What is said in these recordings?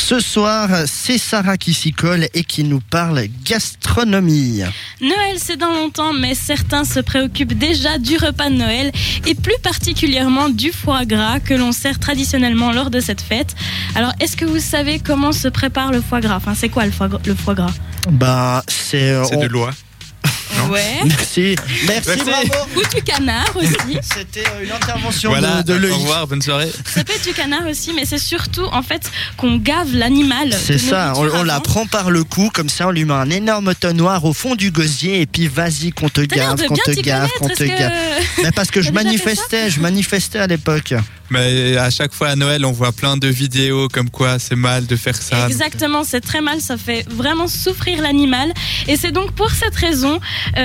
Ce soir, c'est Sarah qui s'y colle et qui nous parle gastronomie. Noël, c'est dans longtemps, mais certains se préoccupent déjà du repas de Noël et plus particulièrement du foie gras que l'on sert traditionnellement lors de cette fête. Alors, est-ce que vous savez comment se prépare le foie gras ? Enfin, c'est quoi le foie gras ? C'est de l'oie. Ouais. Merci, bravo. Ou du canard aussi. C'était une intervention voilà, de Loïc. Au revoir, bonne soirée. Ça peut être du canard aussi, mais c'est surtout en fait qu'on gave l'animal. C'est ça, on la prend par le cou, comme ça on lui met un énorme tonnoir au fond du gosier et puis vas-y qu'on te gave, qu'on te gave. Mais parce que je manifestais à l'époque. Mais à chaque fois à Noël, on voit plein de vidéos comme quoi c'est mal de faire ça. Exactement, c'est très mal, ça fait vraiment souffrir l'animal. Et c'est donc pour cette raison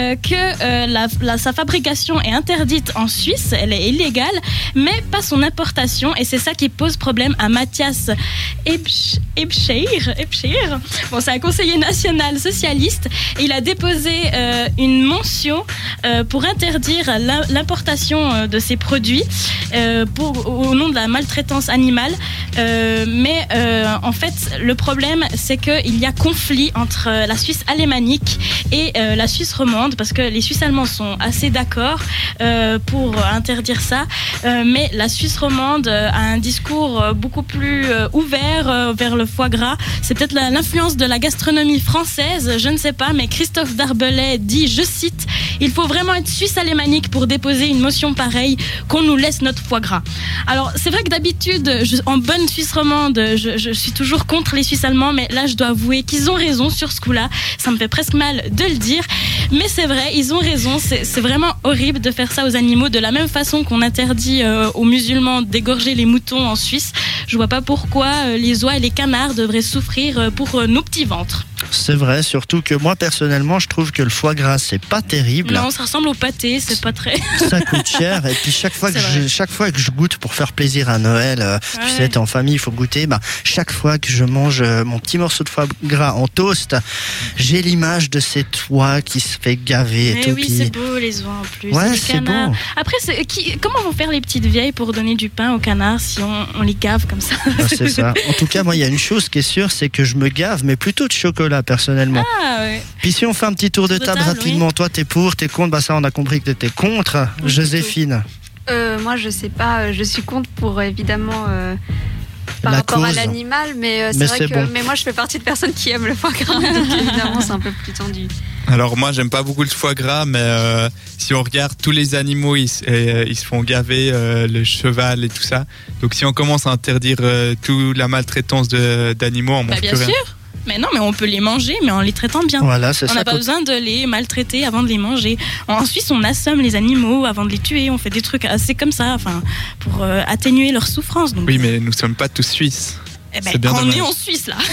que sa fabrication est interdite en Suisse, elle est illégale, mais pas son importation. Et c'est ça qui pose problème à Matthias Ebscheir. Bon, c'est un conseiller national socialiste. Et il a déposé une motion pour interdire l'importation de ces produits au nom de la maltraitance animale. Mais en fait, le problème, c'est qu'il y a conflit entre la Suisse alémanique et la Suisse romande, parce que les Suisses allemands sont assez d'accord pour interdire ça, mais la Suisse romande a un discours beaucoup plus ouvert vers le foie gras. C'est peut-être l'influence de la gastronomie française, je ne sais pas, mais Christophe Darbelet dit, je cite, « Il faut vraiment être suisse alémanique pour déposer une motion pareille, qu'on nous laisse notre foie gras ». Alors, c'est vrai que d'habitude, en bonne Suisse romande, je suis toujours contre les Suisses allemands, mais là, je dois avouer qu'ils ont raison sur ce coup-là. Ça me fait presque mal de le dire, mais c'est vrai, ils ont raison. C'est vraiment horrible de faire ça aux animaux, de la même façon qu'on interdit aux musulmans d'égorger les moutons en Suisse. Je vois pas pourquoi les oies et les canards devraient souffrir pour nos petits ventres. C'est vrai, surtout que moi, personnellement, je trouve que le foie gras, c'est pas terrible. Non, ça ressemble au pâté, c'est pas très... Ça coûte cher, et puis chaque fois que je goûte pour faire plaisir à Noël, tu sais, t'es en famille, il faut goûter, chaque fois que je mange mon petit morceau de foie gras en toast, j'ai l'image de cette oie qui se fait gaver et tout. Oui, c'est beau, les oies en plus. Ouais, c'est beau. Après, comment vont faire les petites vieilles pour donner du pain aux canards si on les gave comme ça? C'est ça. En tout cas, moi, il y a une chose qui est sûre, c'est que je me gave, mais plutôt de chocolat, personnellement. Ah, ouais. Puis si on fait un petit tour de table rapidement, oui. Toi, t'es pour, t'es contre, ça, on a compris que t'étais contre. Oui, Joséphine. Moi, je sais pas, je suis contre pour évidemment par rapport à l'animal, mais c'est vrai que bon. Mais moi, je fais partie de personnes qui aiment le foie gras, donc évidemment, c'est un peu plus tendu. Alors moi, j'aime pas beaucoup le foie gras, mais si on regarde tous les animaux, ils se font gaver, le cheval et tout ça. Donc si on commence à interdire toute la maltraitance d'animaux, on mange plus rien. Bien sûr. Mais non, mais on peut les manger, mais en les traitant bien. Voilà, on n'a pas besoin de les maltraiter avant de les manger. En Suisse, on assomme les animaux avant de les tuer. On fait des trucs assez comme ça, pour atténuer leur souffrance. Donc... Oui, mais nous sommes pas tous suisses. On est en Suisse, là.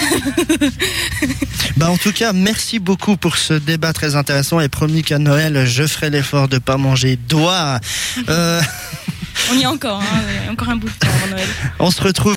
En tout cas, merci beaucoup pour ce débat très intéressant. Et promis qu'à Noël, je ferai l'effort de ne pas manger d'oie. On y est encore, encore un bout de temps avant Noël. On se retrouve.